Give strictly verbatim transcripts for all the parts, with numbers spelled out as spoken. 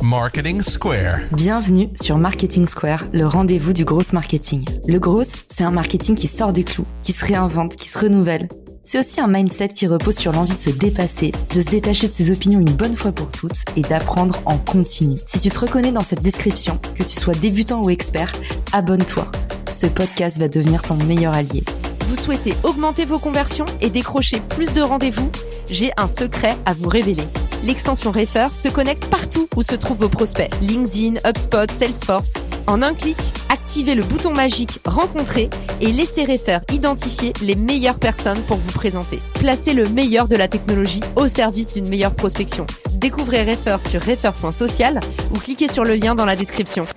Marketing Square. Bienvenue sur Marketing Square, le rendez-vous du gros marketing. Le gros, c'est un marketing qui sort des clous, qui se réinvente, qui se renouvelle. C'est aussi un mindset qui repose sur l'envie de se dépasser, de se détacher de ses opinions une bonne fois pour toutes et d'apprendre en continu. Si tu te reconnais dans cette description, que tu sois débutant ou expert, abonne-toi. Ce podcast va devenir ton meilleur allié. Vous souhaitez augmenter vos conversions et décrocher plus de rendez-vous? J'ai un secret à vous révéler. L'extension Refer se connecte partout où se trouvent vos prospects. LinkedIn, HubSpot, Salesforce. En un clic, activez le bouton magique Rencontrer et laissez Refer identifier les meilleures personnes pour vous présenter. Placez le meilleur de la technologie au service d'une meilleure prospection. Découvrez Refer sur refer point social ou cliquez sur le lien dans la description.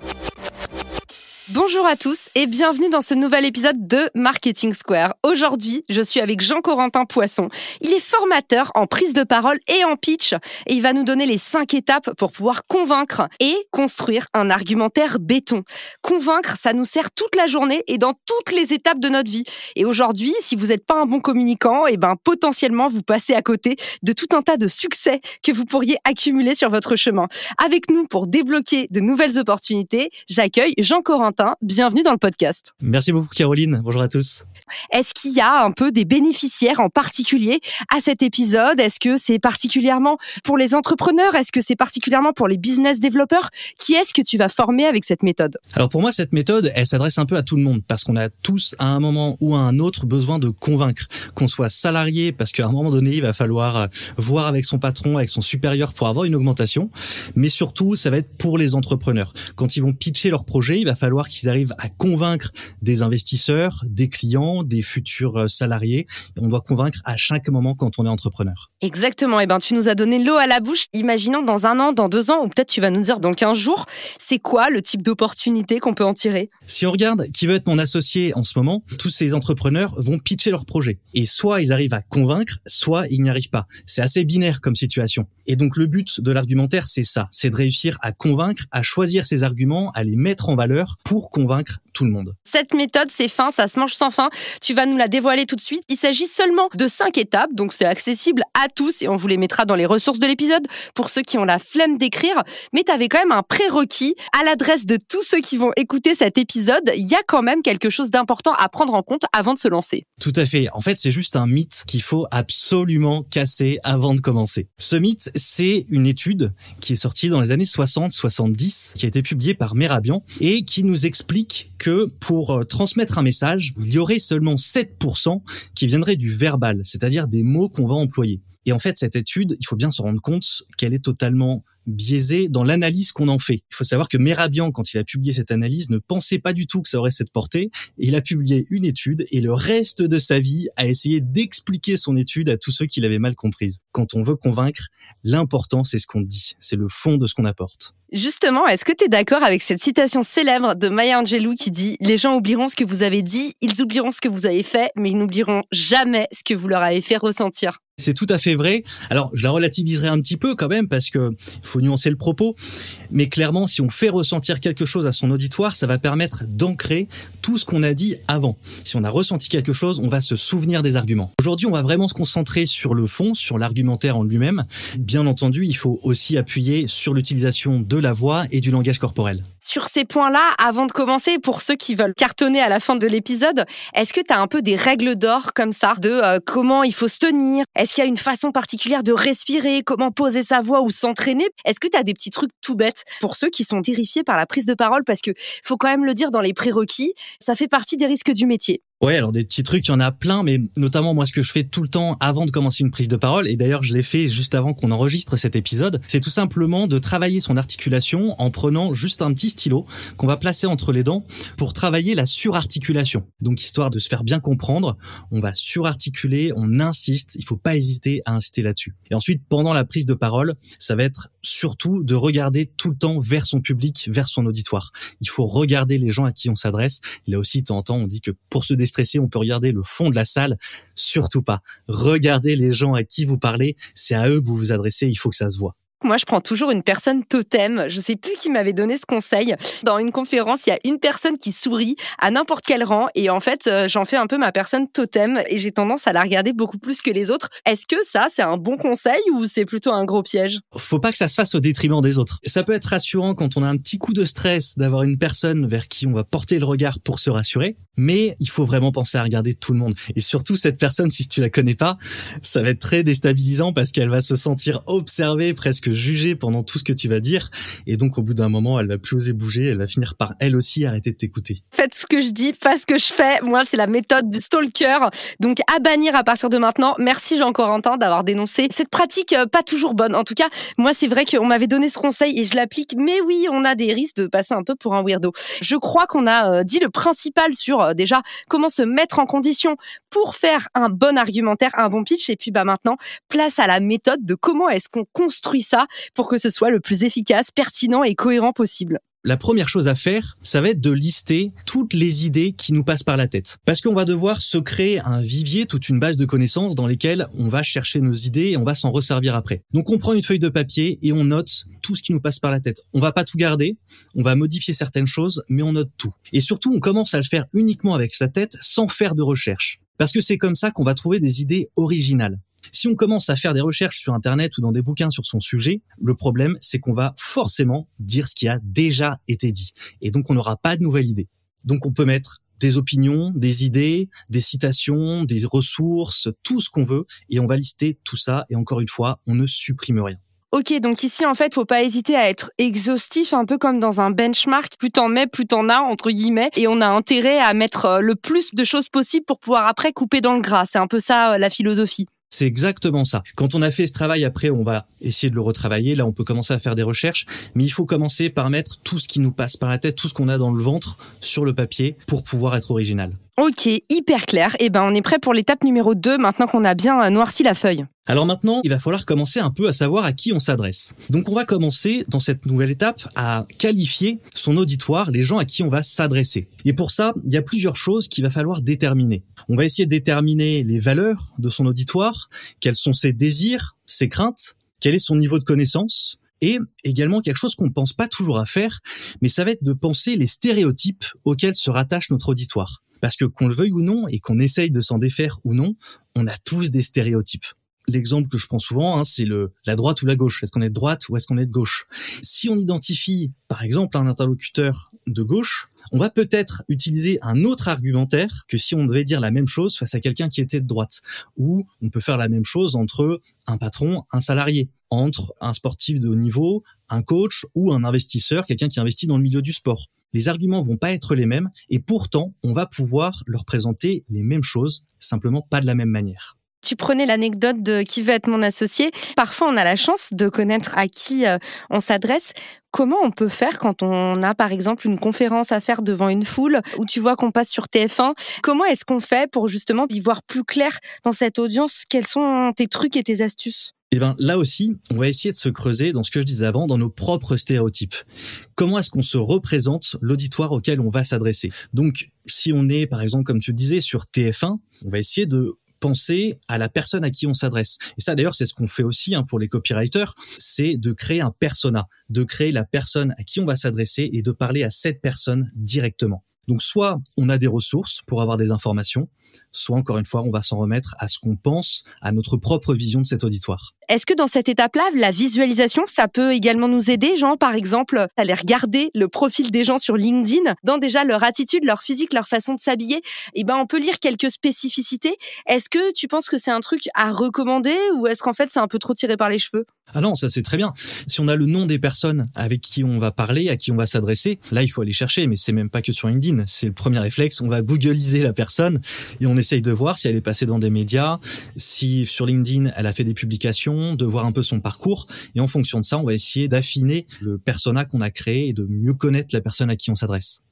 Bonjour à tous et bienvenue dans ce nouvel épisode de Marketing Square. Aujourd'hui, je suis avec Jean-Corentin Poisson. Il est formateur en prise de parole et en pitch et il va nous donner les cinq étapes pour pouvoir convaincre et construire un argumentaire béton. Convaincre, ça nous sert toute la journée et dans toutes les étapes de notre vie. Et aujourd'hui, si vous n'êtes pas un bon communicant, et ben potentiellement vous passez à côté de tout un tas de succès que vous pourriez accumuler sur votre chemin. Avec nous pour débloquer de nouvelles opportunités, j'accueille Jean-Corentin. Bienvenue dans le podcast. Merci beaucoup Caroline, bonjour à tous. Est-ce qu'il y a un peu des bénéficiaires en particulier à cet épisode? Est-ce que c'est particulièrement pour les entrepreneurs? Est-ce que c'est particulièrement pour les business développeurs? Qui est-ce que tu vas former avec cette méthode? Alors pour moi, cette méthode, elle s'adresse un peu à tout le monde parce qu'on a tous à un moment ou à un autre besoin de convaincre. Qu'on soit salarié parce qu'à un moment donné, il va falloir voir avec son patron, avec son supérieur pour avoir une augmentation. Mais surtout, ça va être pour les entrepreneurs. Quand ils vont pitcher leur projet, il va falloir qu'ils arrivent à convaincre des investisseurs, des clients, des futurs salariés. On doit convaincre à chaque moment quand on est entrepreneur. Exactement. Et ben, tu nous as donné l'eau à la bouche. Imaginons dans un an, dans deux ans, ou peut-être tu vas nous dire dans quinze jours, c'est quoi le type d'opportunité qu'on peut en tirer? Si on regarde qui veut être mon associé en ce moment, tous ces entrepreneurs vont pitcher leur projet. Et soit ils arrivent à convaincre, soit ils n'y arrivent pas. C'est assez binaire comme situation. Et donc le but de l'argumentaire, c'est ça. C'est de réussir à convaincre, à choisir ses arguments, à les mettre en valeur pour convaincre tout le monde. Cette méthode, c'est fin, ça se mange sans fin. Tu vas nous la dévoiler tout de suite. Il s'agit seulement de cinq étapes, donc c'est accessible à tous et on vous les mettra dans les ressources de l'épisode pour ceux qui ont la flemme d'écrire. Mais tu avais quand même un prérequis à l'adresse de tous ceux qui vont écouter cet épisode. Il y a quand même quelque chose d'important à prendre en compte avant de se lancer. Tout à fait. En fait, c'est juste un mythe qu'il faut absolument casser avant de commencer. Ce mythe, c'est une étude qui est sortie dans les années soixante soixante-dix, qui a été publiée par Merabian et qui nous explique que pour transmettre un message, il y aurait seulement sept pour cent qui viendraient du verbal, c'est-à-dire des mots qu'on va employer. Et en fait, cette étude, il faut bien se rendre compte qu'elle est totalement biaisée dans l'analyse qu'on en fait. Il faut savoir que Merabian, quand il a publié cette analyse, ne pensait pas du tout que ça aurait cette portée. Et il a publié une étude et le reste de sa vie a essayé d'expliquer son étude à tous ceux qui l'avaient mal comprise. Quand on veut convaincre, l'important, c'est ce qu'on dit. C'est le fond de ce qu'on apporte. Justement, est-ce que tu es d'accord avec cette citation célèbre de Maya Angelou qui dit « Les gens oublieront ce que vous avez dit, ils oublieront ce que vous avez fait, mais ils n'oublieront jamais ce que vous leur avez fait ressentir ». C'est tout à fait vrai. Alors, je la relativiserai un petit peu quand même parce que il faut nuancer le propos. Mais clairement, si on fait ressentir quelque chose à son auditoire, ça va permettre d'ancrer tout ce qu'on a dit avant. Si on a ressenti quelque chose, on va se souvenir des arguments. Aujourd'hui, on va vraiment se concentrer sur le fond, sur l'argumentaire en lui-même. Bien entendu, il faut aussi appuyer sur l'utilisation de la voix et du langage corporel. Sur ces points-là, avant de commencer, pour ceux qui veulent cartonner à la fin de l'épisode, est-ce que tu as un peu des règles d'or comme ça, de euh, comment il faut se tenir? Est-ce qu'il y a une façon particulière de respirer, comment poser sa voix ou s'entraîner? Est-ce que tu as des petits trucs tout bêtes pour ceux qui sont terrifiés par la prise de parole? Parce que faut quand même le dire dans les prérequis, ça fait partie des risques du métier. Ouais, alors des petits trucs, il y en a plein, mais notamment moi ce que je fais tout le temps avant de commencer une prise de parole, et d'ailleurs je l'ai fait juste avant qu'on enregistre cet épisode, c'est tout simplement de travailler son articulation en prenant juste un petit stylo qu'on va placer entre les dents pour travailler la surarticulation. Donc histoire de se faire bien comprendre, on va surarticuler, on insiste, il faut pas hésiter à insister là-dessus. Et ensuite, pendant la prise de parole, ça va être surtout de regarder tout le temps vers son public, vers son auditoire. Il faut regarder les gens à qui on s'adresse. Là aussi, de temps en temps, on dit que pour se déstresser, on peut regarder le fond de la salle. Surtout pas. Regardez les gens à qui vous parlez. C'est à eux que vous vous adressez. Il faut que ça se voit. Moi, je prends toujours une personne totem. Je sais plus qui m'avait donné ce conseil. Dans une conférence, il y a une personne qui sourit à n'importe quel rang et en fait, euh, j'en fais un peu ma personne totem et j'ai tendance à la regarder beaucoup plus que les autres. Est-ce que ça, c'est un bon conseil ou c'est plutôt un gros piège? Faut pas que ça se fasse au détriment des autres. Ça peut être rassurant quand on a un petit coup de stress d'avoir une personne vers qui on va porter le regard pour se rassurer, mais il faut vraiment penser à regarder tout le monde. Et surtout, cette personne, si tu la connais pas, ça va être très déstabilisant parce qu'elle va se sentir observée, presque jugée pendant tout ce que tu vas dire. Et donc, au bout d'un moment, elle va plus oser bouger. Elle va finir par, elle aussi, arrêter de t'écouter. Faites ce que je dis, pas ce que je fais. Moi, c'est la méthode du stalker. Donc, à bannir à partir de maintenant. Merci Jean-Corentin d'avoir dénoncé cette pratique euh, pas toujours bonne. En tout cas, moi, c'est vrai qu'on m'avait donné ce conseil et je l'applique. Mais oui, on a des risques de passer un peu pour un weirdo. Je crois qu'on a euh, dit le principal sur euh, déjà comment se mettre en condition pour faire un bon argumentaire, un bon pitch. Et puis, bah maintenant, place à la méthode de comment est-ce qu'on construit ça pour que ce soit le plus efficace, pertinent et cohérent possible. La première chose à faire, ça va être de lister toutes les idées qui nous passent par la tête. Parce qu'on va devoir se créer un vivier, toute une base de connaissances dans lesquelles on va chercher nos idées et on va s'en resservir après. Donc on prend une feuille de papier et on note tout ce qui nous passe par la tête. On va pas tout garder, on va modifier certaines choses, mais on note tout. Et surtout, on commence à le faire uniquement avec sa tête, sans faire de recherche. Parce que c'est comme ça qu'on va trouver des idées originales. Si on commence à faire des recherches sur Internet ou dans des bouquins sur son sujet, le problème, c'est qu'on va forcément dire ce qui a déjà été dit. Et donc, on n'aura pas de nouvelles idées. Donc, on peut mettre des opinions, des idées, des citations, des ressources, tout ce qu'on veut, et on va lister tout ça. Et encore une fois, on ne supprime rien. Ok, donc ici, en fait, faut pas hésiter à être exhaustif, un peu comme dans un benchmark. Plus t'en mets, plus t'en as, entre guillemets. Et on a intérêt à mettre le plus de choses possible pour pouvoir après couper dans le gras. C'est un peu ça, la philosophie. C'est exactement ça. Quand on a fait ce travail, après, on va essayer de le retravailler. Là, on peut commencer à faire des recherches, mais il faut commencer par mettre tout ce qui nous passe par la tête, tout ce qu'on a dans le ventre sur le papier pour pouvoir être original. Ok, hyper clair. Et ben, on est prêt pour l'étape numéro deux, maintenant qu'on a bien noirci la feuille. Alors maintenant, il va falloir commencer un peu à savoir à qui on s'adresse. Donc on va commencer dans cette nouvelle étape à qualifier son auditoire, les gens à qui on va s'adresser. Et pour ça, il y a plusieurs choses qu'il va falloir déterminer. On va essayer de déterminer les valeurs de son auditoire, quels sont ses désirs, ses craintes, quel est son niveau de connaissance, et également quelque chose qu'on ne pense pas toujours à faire, mais ça va être de penser les stéréotypes auxquels se rattache notre auditoire. Parce que qu'on le veuille ou non, et qu'on essaye de s'en défaire ou non, on a tous des stéréotypes. L'exemple que je prends souvent, hein, c'est le la droite ou la gauche. Est-ce qu'on est de droite ou est-ce qu'on est de gauche? Si on identifie, par exemple, un interlocuteur de gauche, on va peut-être utiliser un autre argumentaire que si on devait dire la même chose face à quelqu'un qui était de droite. Ou on peut faire la même chose entre un patron, un salarié, entre un sportif de haut niveau, un coach ou un investisseur, quelqu'un qui investit dans le milieu du sport. Les arguments vont pas être les mêmes et pourtant, on va pouvoir leur présenter les mêmes choses, simplement pas de la même manière. Tu prenais l'anecdote de qui veut être mon associé. Parfois, on a la chance de connaître à qui euh, on s'adresse. Comment on peut faire quand on a, par exemple, une conférence à faire devant une foule ou tu vois qu'on passe sur T F un? Comment est-ce qu'on fait pour justement y voir plus clair dans cette audience? Quels sont tes trucs et tes astuces? Eh ben, là aussi, on va essayer de se creuser dans ce que je disais avant, dans nos propres stéréotypes. Comment est-ce qu'on se représente l'auditoire auquel on va s'adresser? Donc, si on est, par exemple, comme tu le disais, sur T F un, on va essayer de penser à la personne à qui on s'adresse. Et ça, d'ailleurs, c'est ce qu'on fait aussi hein, pour les copywriters, c'est de créer un persona, de créer la personne à qui on va s'adresser et de parler à cette personne directement. Donc, soit on a des ressources pour avoir des informations, soit, encore une fois, on va s'en remettre à ce qu'on pense, à notre propre vision de cet auditoire. Est-ce que dans cette étape-là, la visualisation, ça peut également nous aider, genre par exemple, aller regarder le profil des gens sur LinkedIn, dans déjà leur attitude, leur physique, leur façon de s'habiller, et ben on peut lire quelques spécificités. Est-ce que tu penses que c'est un truc à recommander ou est-ce qu'en fait c'est un peu trop tiré par les cheveux? Ah non, ça c'est très bien. Si on a le nom des personnes avec qui on va parler, à qui on va s'adresser, là il faut aller chercher, mais c'est même pas que sur LinkedIn, c'est le premier réflexe, on va googliser la personne et on essaye de voir si elle est passée dans des médias, si sur LinkedIn elle a fait des publications, de voir un peu son parcours et en fonction de ça, on va essayer d'affiner le persona qu'on a créé et de mieux connaître la personne à qui on s'adresse.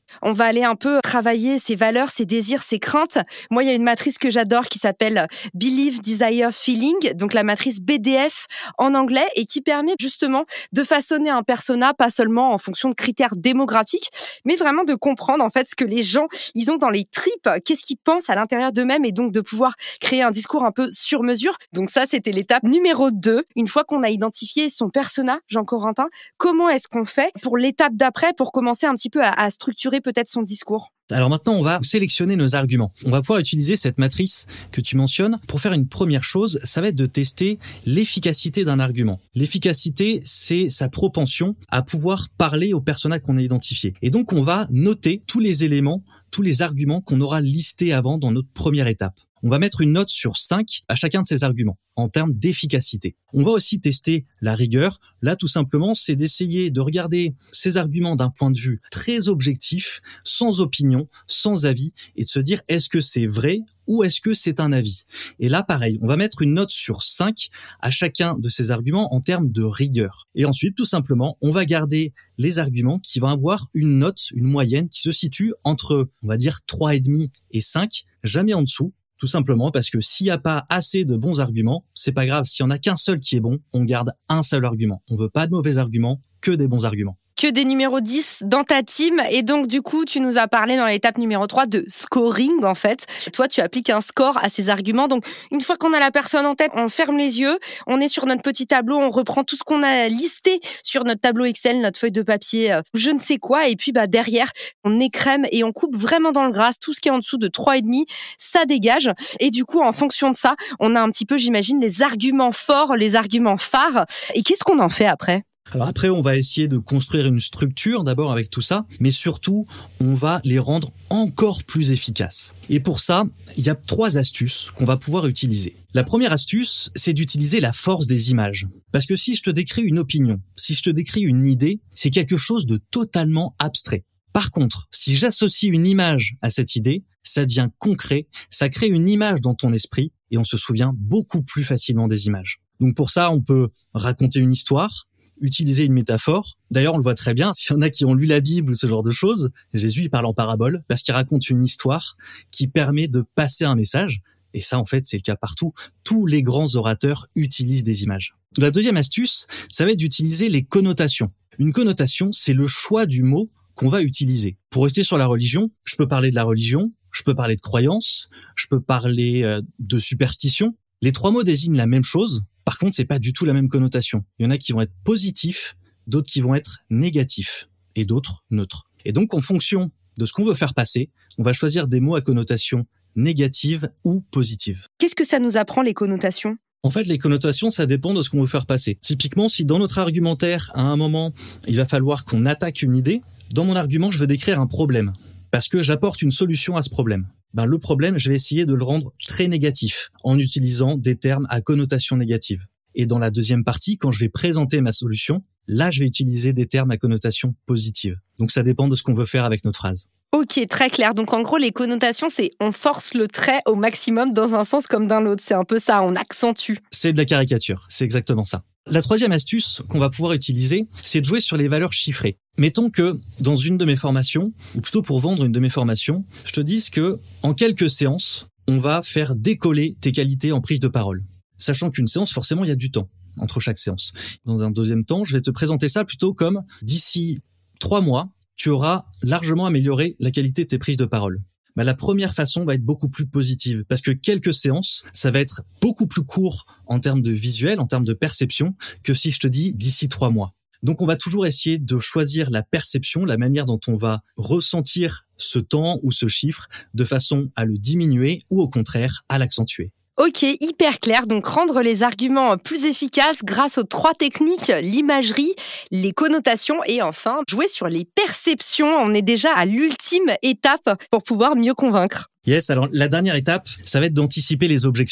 On va aller un peu travailler ses valeurs, ses désirs, ses craintes. Moi, il y a une matrice que j'adore qui s'appelle Believe, Desire, Feeling, donc la matrice B D F en anglais, et qui permet justement de façonner un persona, pas seulement en fonction de critères démographiques, mais vraiment de comprendre en fait ce que les gens ils ont dans les tripes, qu'est-ce qu'ils pensent à l'intérieur d'eux-mêmes, et donc de pouvoir créer un discours un peu sur mesure. Donc ça, c'était l'étape numéro deux. Une fois qu'on a identifié son persona, Jean-Corentin, comment est-ce qu'on fait pour l'étape d'après, pour commencer un petit peu à, à structurer peut-être son discours? Alors maintenant, on va sélectionner nos arguments. On va pouvoir utiliser cette matrice que tu mentionnes. Pour faire une première chose, ça va être de tester l'efficacité d'un argument. L'efficacité, c'est sa propension à pouvoir parler au persona qu'on a identifié. Et donc, on va noter tous les éléments, tous les arguments qu'on aura listés avant dans notre première étape. On va mettre une note sur cinq à chacun de ces arguments en termes d'efficacité. On va aussi tester la rigueur. Là, tout simplement, c'est d'essayer de regarder ces arguments d'un point de vue très objectif, sans opinion, sans avis, et de se dire est-ce que c'est vrai ou est-ce que c'est un avis. Et là, pareil, on va mettre une note sur cinq à chacun de ces arguments en termes de rigueur. Et ensuite, tout simplement, on va garder les arguments qui vont avoir une note, une moyenne qui se situe entre, on va dire, trois virgule cinq et cinq, jamais en dessous. Tout simplement parce que s'il n'y a pas assez de bons arguments, c'est pas grave. S'il y en a qu'un seul qui est bon, on garde un seul argument. On veut pas de mauvais arguments, que des bons arguments. Que des numéros dix dans ta team. Et donc, du coup, tu nous as parlé dans l'étape numéro trois de scoring, en fait. Toi, tu appliques un score à ces arguments. Donc, une fois qu'on a la personne en tête, on ferme les yeux, on est sur notre petit tableau, on reprend tout ce qu'on a listé sur notre tableau Excel, notre feuille de papier, euh, je ne sais quoi. Et puis, bah, derrière, on écrème et on coupe vraiment dans le gras. Tout ce qui est en dessous de trois virgule cinq, ça dégage. Et du coup, en fonction de ça, on a un petit peu, j'imagine, les arguments forts, les arguments phares. Et qu'est-ce qu'on en fait après ? Alors après, on va essayer de construire une structure d'abord avec tout ça, mais surtout, on va les rendre encore plus efficaces. Et pour ça, il y a trois astuces qu'on va pouvoir utiliser. La première astuce, c'est d'utiliser la force des images. Parce que si je te décris une opinion, si je te décris une idée, c'est quelque chose de totalement abstrait. Par contre, si j'associe une image à cette idée, ça devient concret, ça crée une image dans ton esprit et on se souvient beaucoup plus facilement des images. Donc pour ça, on peut raconter une histoire, utiliser une métaphore. D'ailleurs, on le voit très bien, s'il y en a qui ont lu la Bible ou ce genre de choses, Jésus, il parle en parabole parce qu'il raconte une histoire qui permet de passer un message. Et ça, en fait, c'est le cas partout. Tous les grands orateurs utilisent des images. La deuxième astuce, ça va être d'utiliser les connotations. Une connotation, c'est le choix du mot qu'on va utiliser. Pour rester sur la religion, je peux parler de la religion, je peux parler de croyance, je peux parler de superstition. Les trois mots désignent la même chose. Par contre, c'est pas du tout la même connotation. Il y en a qui vont être positifs, d'autres qui vont être négatifs, et d'autres neutres. Et donc, en fonction de ce qu'on veut faire passer, on va choisir des mots à connotation négative ou positive. Qu'est-ce que ça nous apprend, les connotations ? En fait, les connotations, ça dépend de ce qu'on veut faire passer. Typiquement, si dans notre argumentaire, à un moment, il va falloir qu'on attaque une idée, dans mon argument, je veux décrire un problème, parce que j'apporte une solution à ce problème. Ben, le problème, je vais essayer de le rendre très négatif en utilisant des termes à connotation négative. Et dans la deuxième partie, quand je vais présenter ma solution, là, je vais utiliser des termes à connotation positive. Donc, ça dépend de ce qu'on veut faire avec notre phrase. Ok, très clair. Donc, en gros, les connotations, c'est on force le trait au maximum dans un sens comme dans l'autre. C'est un peu ça, on accentue. C'est de la caricature, c'est exactement ça. La troisième astuce qu'on va pouvoir utiliser, c'est de jouer sur les valeurs chiffrées. Mettons que dans une de mes formations, ou plutôt pour vendre une de mes formations, je te dise que en quelques séances, on va faire décoller tes qualités en prise de parole. Sachant qu'une séance, forcément, il y a du temps entre chaque séance. Dans un deuxième temps, je vais te présenter ça plutôt comme d'ici trois mois, tu auras largement amélioré la qualité de tes prises de parole. Bah, la première façon va être beaucoup plus positive parce que quelques séances, ça va être beaucoup plus court en termes de visuel, en termes de perception, que si je te dis d'ici trois mois. Donc, on va toujours essayer de choisir la perception, la manière dont on va ressentir ce temps ou ce chiffre de façon à le diminuer ou au contraire à l'accentuer. Ok, hyper clair. Donc, rendre les arguments plus efficaces grâce aux trois techniques, l'imagerie, les connotations et enfin, jouer sur les perceptions. On est déjà à l'ultime étape pour pouvoir mieux convaincre. Yes, alors la dernière étape, ça va être d'anticiper les objections.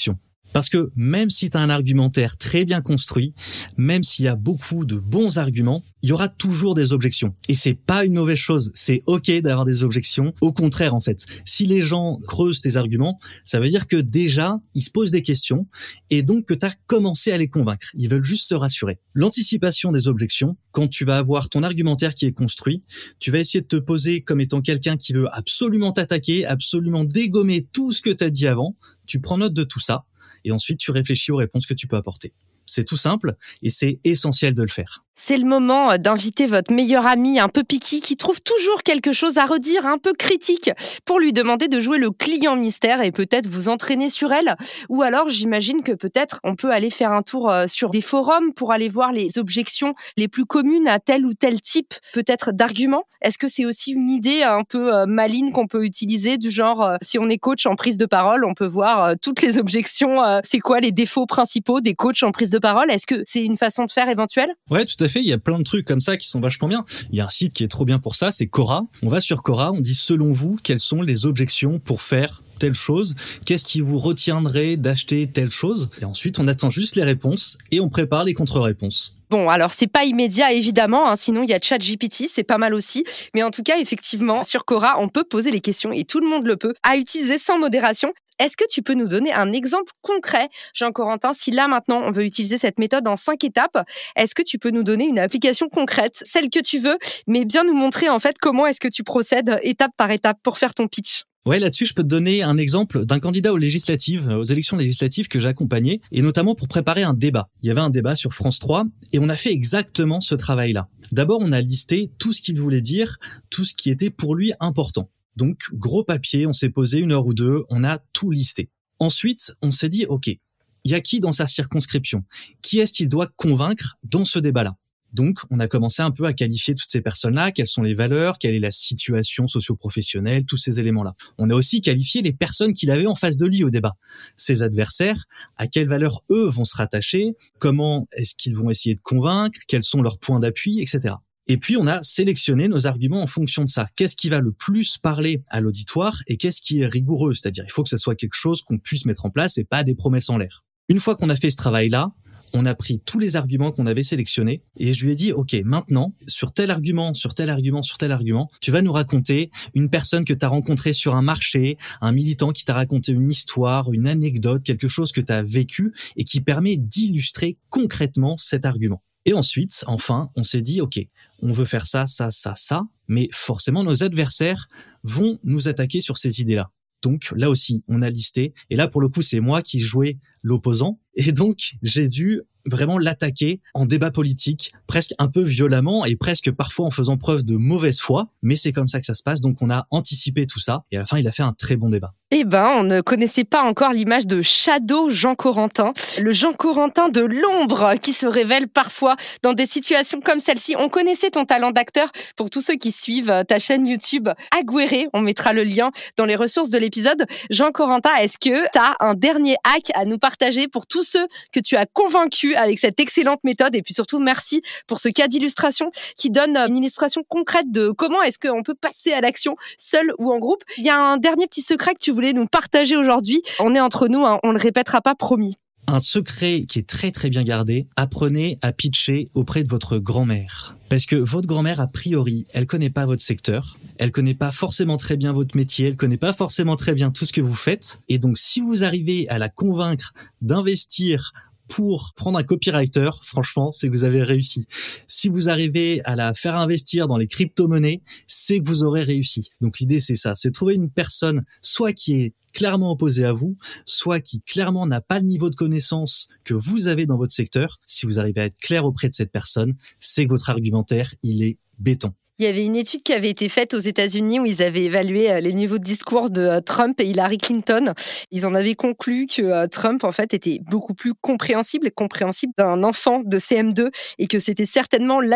Parce que même si tu as un argumentaire très bien construit, même s'il y a beaucoup de bons arguments, il y aura toujours des objections. Et c'est pas une mauvaise chose, c'est ok d'avoir des objections. Au contraire, en fait, si les gens creusent tes arguments, ça veut dire que déjà, ils se posent des questions et donc que tu as commencé à les convaincre. Ils veulent juste se rassurer. L'anticipation des objections, quand tu vas avoir ton argumentaire qui est construit, tu vas essayer de te poser comme étant quelqu'un qui veut absolument t'attaquer, absolument dégommer tout ce que tu as dit avant. Tu prends note de tout ça. Et ensuite, tu réfléchis aux réponses que tu peux apporter. C'est tout simple et c'est essentiel de le faire. C'est le moment d'inviter votre meilleur ami un peu piqué qui trouve toujours quelque chose à redire, un peu critique, pour lui demander de jouer le client mystère et peut-être vous entraîner sur elle. Ou alors, j'imagine que peut-être on peut aller faire un tour sur des forums pour aller voir les objections les plus communes à tel ou tel type, peut-être d'arguments. Est-ce que c'est aussi une idée un peu maligne qu'on peut utiliser, du genre, si on est coach en prise de parole, on peut voir toutes les objections, c'est quoi les défauts principaux des coachs en prise de parole? Est-ce que c'est une façon de faire éventuelle? Ouais, tout à fait. Il y a plein de trucs comme ça qui sont vachement bien. Il y a un site qui est trop bien pour ça, c'est Quora. On va sur Quora, on dit selon vous, quelles sont les objections pour faire telle chose? Qu'est-ce qui vous retiendrait d'acheter telle chose? Et ensuite, on attend juste les réponses et on prépare les contre-réponses. Bon, alors c'est pas immédiat évidemment, hein, sinon il y a ChatGPT, c'est pas mal aussi. Mais en tout cas, effectivement, sur Quora, on peut poser les questions et tout le monde le peut, à utiliser sans modération. Est-ce que tu peux nous donner un exemple concret, Jean-Corentin, si là maintenant on veut utiliser cette méthode en cinq étapes, est-ce que tu peux nous donner une application concrète, celle que tu veux, mais bien nous montrer en fait comment est-ce que tu procèdes étape par étape pour faire ton pitch? Ouais, là-dessus, je peux te donner un exemple d'un candidat aux législatives, aux élections législatives que j'ai accompagné, et notamment pour préparer un débat. Il y avait un débat sur France trois, et on a fait exactement ce travail-là. D'abord, on a listé tout ce qu'il voulait dire, tout ce qui était pour lui important. Donc, gros papier, on s'est posé une heure ou deux, on a tout listé. Ensuite, on s'est dit, ok, il y a qui dans sa circonscription? Qui est-ce qu'il doit convaincre dans ce débat-là? Donc, on a commencé un peu à qualifier toutes ces personnes-là, quelles sont les valeurs, quelle est la situation socio-professionnelle, tous ces éléments-là. On a aussi qualifié les personnes qu'il avait en face de lui au débat. Ses adversaires, à quelles valeurs eux vont se rattacher, comment est-ce qu'ils vont essayer de convaincre, quels sont leurs points d'appui, et cetera. Et puis, on a sélectionné nos arguments en fonction de ça. Qu'est-ce qui va le plus parler à l'auditoire et qu'est-ce qui est rigoureux? C'est-à-dire, il faut que ça soit quelque chose qu'on puisse mettre en place et pas des promesses en l'air. Une fois qu'on a fait ce travail-là, on a pris tous les arguments qu'on avait sélectionnés et je lui ai dit, OK, maintenant, sur tel argument, sur tel argument, sur tel argument, tu vas nous raconter une personne que tu as rencontrée sur un marché, un militant qui t'a raconté une histoire, une anecdote, quelque chose que tu as vécu et qui permet d'illustrer concrètement cet argument. Et ensuite, enfin, on s'est dit, OK, on veut faire ça, ça, ça, ça, mais forcément, nos adversaires vont nous attaquer sur ces idées-là. Donc là aussi, on a listé. Et là, pour le coup, c'est moi qui jouais l'opposant. Et donc, j'ai dû vraiment l'attaquer en débat politique, presque un peu violemment et presque parfois en faisant preuve de mauvaise foi. Mais c'est comme ça que ça se passe. Donc, on a anticipé tout ça. Et à la fin, il a fait un très bon débat. Eh ben, on ne connaissait pas encore l'image de Shadow Jean-Corentin, le Jean-Corentin de l'ombre qui se révèle parfois dans des situations comme celle-ci. On connaissait ton talent d'acteur pour tous ceux qui suivent ta chaîne YouTube Aguerré. On mettra le lien dans les ressources de l'épisode. Jean-Corentin, est-ce que tu as un dernier hack à nous partager pour tous ceux que tu as convaincus avec cette excellente méthode? Et puis surtout, merci pour ce cas d'illustration qui donne une illustration concrète de comment est-ce qu'on peut passer à l'action seul ou en groupe. Il y a un dernier petit secret que tu voulais nous partager aujourd'hui. On est entre nous, hein, on ne le répétera pas, promis. Un secret qui est très très bien gardé, apprenez à pitcher auprès de votre grand-mère. Parce que votre grand-mère, a priori, elle connaît pas votre secteur, elle connaît pas forcément très bien votre métier, elle connaît pas forcément très bien tout ce que vous faites. Et donc, si vous arrivez à la convaincre d'investir pour prendre un copywriter, franchement, c'est que vous avez réussi. Si vous arrivez à la faire investir dans les crypto-monnaies, c'est que vous aurez réussi. Donc l'idée, c'est ça, c'est trouver une personne soit qui est clairement opposée à vous, soit qui clairement n'a pas le niveau de connaissance que vous avez dans votre secteur. Si vous arrivez à être clair auprès de cette personne, c'est que votre argumentaire, il est béton. Il y avait une étude qui avait été faite aux États-Unis où ils avaient évalué les niveaux de discours de Trump et Hillary Clinton. Ils en avaient conclu que Trump, en fait, était beaucoup plus compréhensible et compréhensible d'un enfant de C M deux et que c'était certainement là-dessus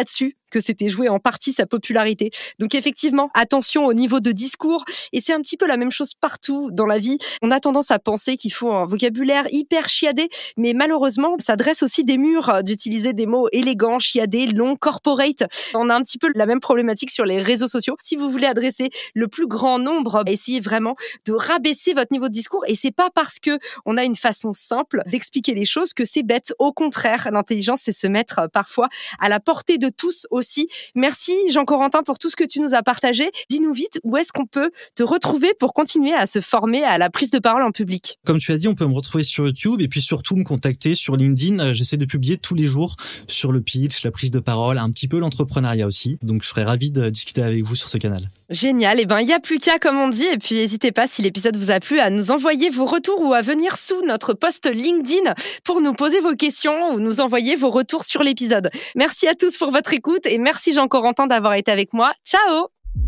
que c'était joué en partie sa popularité. Donc effectivement, attention au niveau de discours. Et c'est un petit peu la même chose partout dans la vie. On a tendance à penser qu'il faut un vocabulaire hyper chiadé, mais malheureusement, ça dresse aussi des murs d'utiliser des mots élégants, chiadés, longs, corporate. On a un petit peu la même problématique sur les réseaux sociaux. Si vous voulez adresser le plus grand nombre, essayez vraiment de rabaisser votre niveau de discours. Et c'est pas parce que on a une façon simple d'expliquer les choses que c'est bête. Au contraire, l'intelligence, c'est se mettre parfois à la portée de tous aussi. Merci Jean-Corentin pour tout ce que tu nous as partagé. Dis-nous vite, où est-ce qu'on peut te retrouver pour continuer à se former à la prise de parole en public? Comme tu as dit, on peut me retrouver sur YouTube et puis surtout me contacter sur LinkedIn. J'essaie de publier tous les jours sur le pitch, la prise de parole, un petit peu l'entrepreneuriat aussi. Donc je serais ravi de discuter avec vous sur ce canal. Génial. Et ben, il n'y a plus qu'à, comme on dit. Et puis, n'hésitez pas, si l'épisode vous a plu, à nous envoyer vos retours ou à venir sous notre post LinkedIn pour nous poser vos questions ou nous envoyer vos retours sur l'épisode. Merci à tous pour votre écoute et merci Jean-Corentin d'avoir été avec moi. Ciao!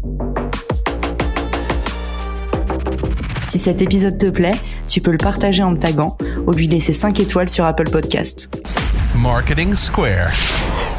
Si cet épisode te plaît, tu peux le partager en me taguant ou lui laisser cinq étoiles sur Apple Podcast. Marketing Square.